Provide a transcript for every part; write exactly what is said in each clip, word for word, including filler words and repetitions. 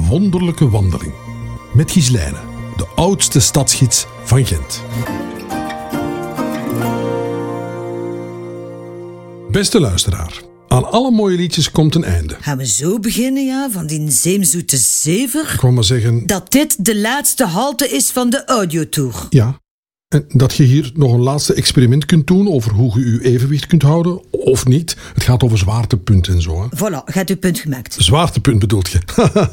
wonderlijke wandeling. Met Ghislaine, de oudste stadsgids van Gent. Beste luisteraar, aan alle mooie liedjes komt een einde. Gaan we zo beginnen, ja, van die zeemzoete zever? Ik wou maar zeggen... Dat dit de laatste halte is van de audiotour. Ja, en dat je hier nog een laatste experiment kunt doen over hoe je je evenwicht kunt houden, of niet. Het gaat over zwaartepunt en zo. Hè. Voilà, gaat uw punt gemaakt. Zwaartepunt bedoelt je?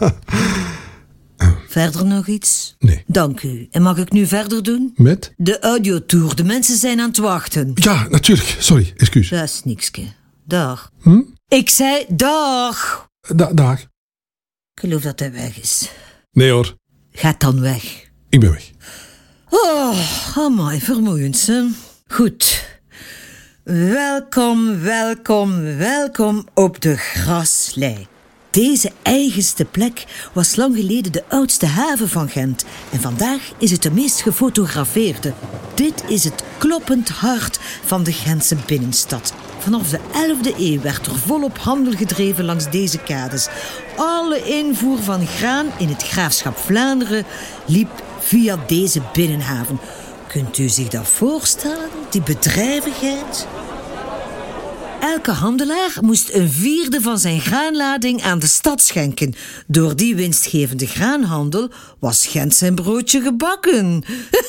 Verder nog iets? Nee. Dank u. En mag ik nu verder doen? Met? De audiotour. De mensen zijn aan het wachten. Ja, natuurlijk. Sorry, excuus. Dat is nikske. Dag. Hm? Ik zei dag. Da- dag. Ik geloof dat hij weg is. Nee hoor, Gaat dan weg. ik ben weg. Oh, amai, vermoeiend, hè? Goed. Welkom, welkom, welkom op de Graslei. Deze eigenste plek was lang geleden de oudste haven van Gent. En vandaag is het de meest gefotografeerde. Dit is het kloppend hart van de Gentse binnenstad. Vanaf de elfde eeuw werd er volop handel gedreven langs deze kades. Alle invoer van graan in het graafschap Vlaanderen liep via deze binnenhaven. Kunt u zich dat voorstellen, die bedrijvigheid? Elke handelaar moest een vierde van zijn graanlading aan de stad schenken. Door die winstgevende graanhandel was Gent zijn broodje gebakken.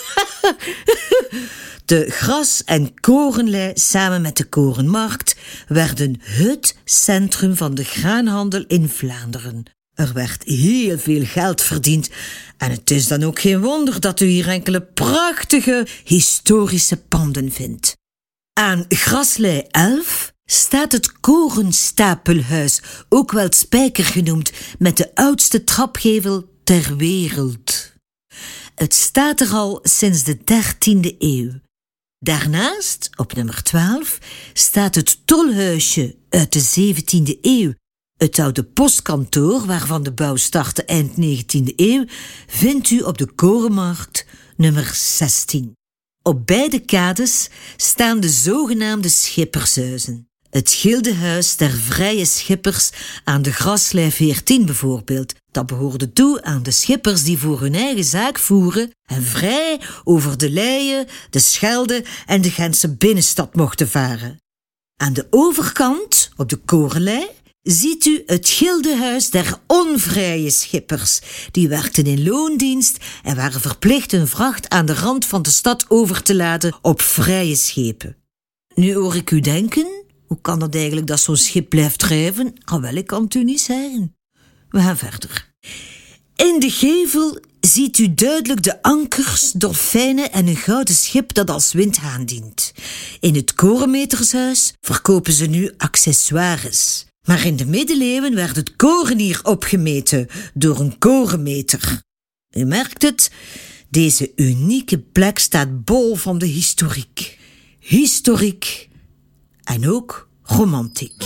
De Gras- en Korenlei samen met de Korenmarkt werden het centrum van de graanhandel in Vlaanderen. Er werd heel veel geld verdiend en het is dan ook geen wonder dat u hier enkele prachtige historische panden vindt. Aan Graslei elf staat het Korenstapelhuis, ook wel het Spijker genoemd, met de oudste trapgevel ter wereld. Het staat er al sinds de dertiende eeuw. Daarnaast, op nummer twaalf, staat het Tolhuisje uit de zeventiende eeuw. Het oude postkantoor, waarvan de bouw startte eind negentiende eeuw, vindt u op de Korenmarkt nummer zestien. Op beide kades staan de zogenaamde schippershuizen. Het Gildehuis der Vrije Schippers aan de Graslei veertien bijvoorbeeld. Dat behoorde toe aan de schippers die voor hun eigen zaak voeren en vrij over de Leie, de Schelde en de Gentse binnenstad mochten varen. Aan de overkant, op de Korenlei, ziet u het Gildehuis der Onvrije Schippers. Die werkten in loondienst en waren verplicht hun vracht aan de rand van de stad over te laten op vrije schepen. Nu hoor ik u denken, hoe kan dat eigenlijk dat zo'n schip blijft drijven? Ah, wel, ik kan het u niet zeggen. We gaan verder. In de gevel ziet u duidelijk de ankers, dolfijnen en een gouden schip dat als windhaan dient. In het Korenmetershuis verkopen ze nu accessoires. Maar in de middeleeuwen werd het koren hier opgemeten door een korenmeter. U merkt het, deze unieke plek staat bol van de historiek. Historiek en ook romantiek.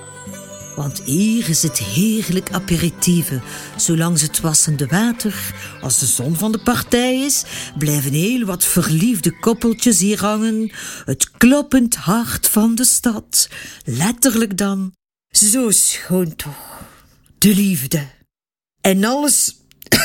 Want hier is het heerlijk aperitieven. Zolang het wassende water, als de zon van de partij is, blijven heel wat verliefde koppeltjes hier hangen. Het kloppend hart van de stad. Letterlijk dan. Zo schoon toch. De liefde. En alles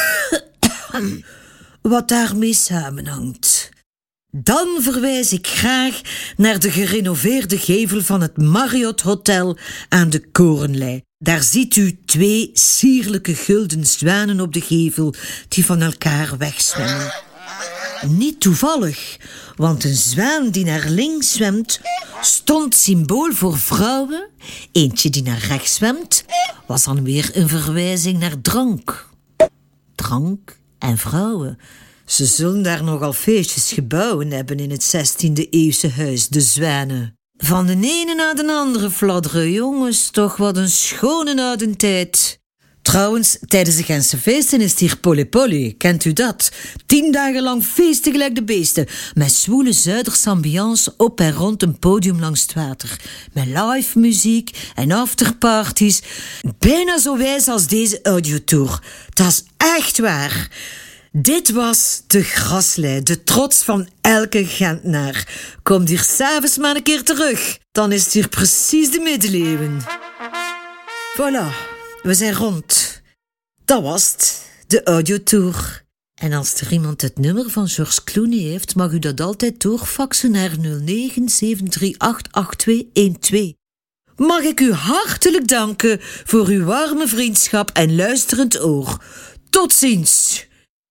wat daarmee samenhangt. Dan verwijs ik graag naar de gerenoveerde gevel van het Marriott Hotel aan de Korenlei. Daar ziet u twee sierlijke gulden zwanen op de gevel die van elkaar wegzwemmen. Niet toevallig, want een zwaan die naar links zwemt stond symbool voor vrouwen. Eentje die naar rechts zwemt was dan weer een verwijzing naar drank. Drank en vrouwen. Ze zullen daar nogal feestjes gebouwen hebben in het zestiende eeuwse huis De Zwanen. Van de ene naar de andere fladderen, jongens, toch wat een schone oude tijd. Trouwens, tijdens de Gentse feesten is het hier polly-polly, kent u dat? Tien dagen lang feesten gelijk de beesten, met zwoele Zuiderse ambiance op en rond een podium langs het water. Met live muziek en afterparties. Bijna zo wijs als deze audiotour. Dat is echt waar. Dit was de Graslei, de trots van elke Gentenaar. Kom hier s'avonds maar een keer terug. Dan is het hier precies de middeleeuwen. Voilà, we zijn rond. dat was het. De audiotour. En als er iemand het nummer van George Clooney heeft, mag u dat altijd doorfaxen naar nul negen zeven drie acht acht twee een twee. Mag ik u hartelijk danken voor uw warme vriendschap en luisterend oor. Tot ziens.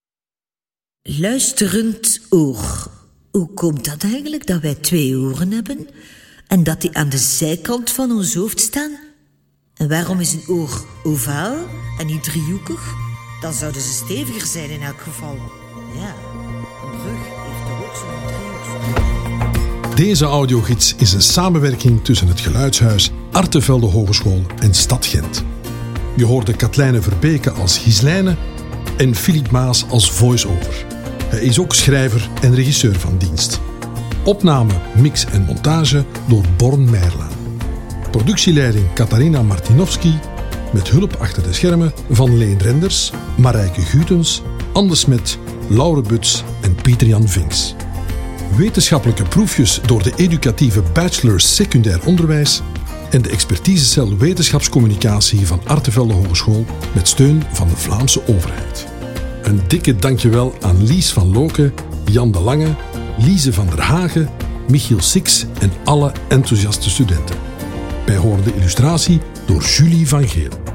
Luisterend oor. Hoe komt dat eigenlijk dat wij twee oren hebben en dat die aan de zijkant van ons hoofd staan? En waarom is een oor ovaal en niet driehoekig? Dan zouden ze steviger zijn in elk geval. Ja, een brug heeft toch ook zo'n driehoek. Deze audiogids is een samenwerking tussen het Geluidshuis, Artevelde Hogeschool en Stad Gent. Je hoorde Katlijne Verbeke als Gislijne en Philippe Maas als voice-over. Hij is ook schrijver en regisseur van dienst. Opname, mix en montage door Born Meijlaan. Productieleiding Katarina Martinovski, met hulp achter de schermen van Leen Renders, Marijke Gutens, Anne Smet, Laure Buts en Pieter-Jan Vinks. Wetenschappelijke proefjes door de educatieve bachelor secundair onderwijs en de expertisecel wetenschapscommunicatie van Artevelde Hogeschool met steun van de Vlaamse overheid. Een dikke dankjewel aan Lies van Loken, Jan de Lange, Lise van der Hagen, Michiel Six en alle enthousiaste studenten. Wij horen de illustratie door Julie van Geel.